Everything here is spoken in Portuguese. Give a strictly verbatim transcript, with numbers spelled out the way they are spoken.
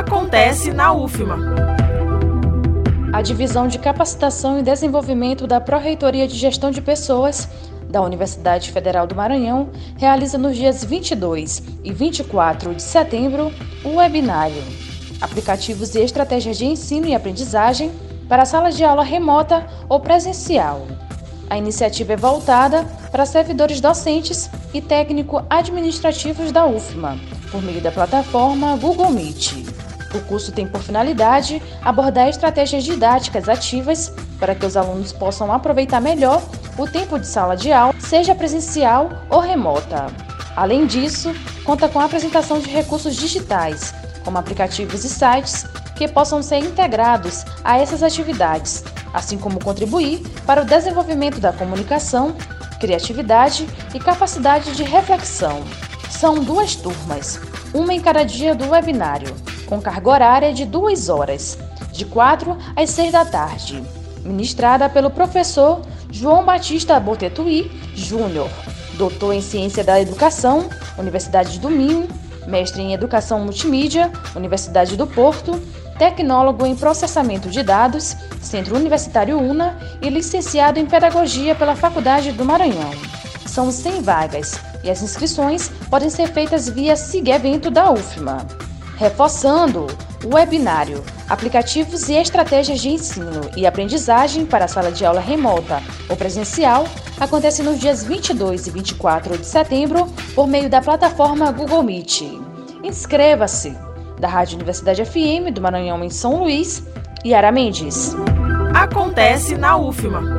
Acontece na U F M A. A Divisão de Capacitação e Desenvolvimento da Pró-Reitoria de Gestão de Pessoas da Universidade Federal do Maranhão realiza nos dias vinte e dois e vinte e quatro de setembro o webinário Aplicativos e Estratégias de Ensino e Aprendizagem para Salas de Aula Remota ou Presencial. A iniciativa é voltada para servidores docentes e técnico-administrativos da U F M A, por meio da plataforma Google Meet. O curso tem por finalidade abordar estratégias didáticas ativas para que os alunos possam aproveitar melhor o tempo de sala de aula, seja presencial ou remota. Além disso, conta com a apresentação de recursos digitais, como aplicativos e sites, que possam ser integrados a essas atividades, assim como contribuir para o desenvolvimento da comunicação, criatividade e capacidade de reflexão. São duas turmas, uma em cada dia do webinário, com carga horária de duas horas, de quatro às seis da tarde, ministrada pelo professor João Batista Botetuí Júnior, doutor em Ciência da Educação, Universidade do Minho, mestre em Educação Multimídia, Universidade do Porto, tecnólogo em Processamento de Dados, Centro Universitário UNA e licenciado em Pedagogia pela Faculdade do Maranhão. São cem vagas e as inscrições podem ser feitas via SIGEvento da U F M A. Reforçando, o webinário Aplicativos e Estratégias de Ensino e Aprendizagem para a Sala de Aula Remota ou Presencial acontece nos dias vinte e dois e vinte e quatro de setembro por meio da plataforma Google Meet. Inscreva-se! Da Rádio Universidade F M do Maranhão em São Luís, Yara Mendes. Acontece na U F M A.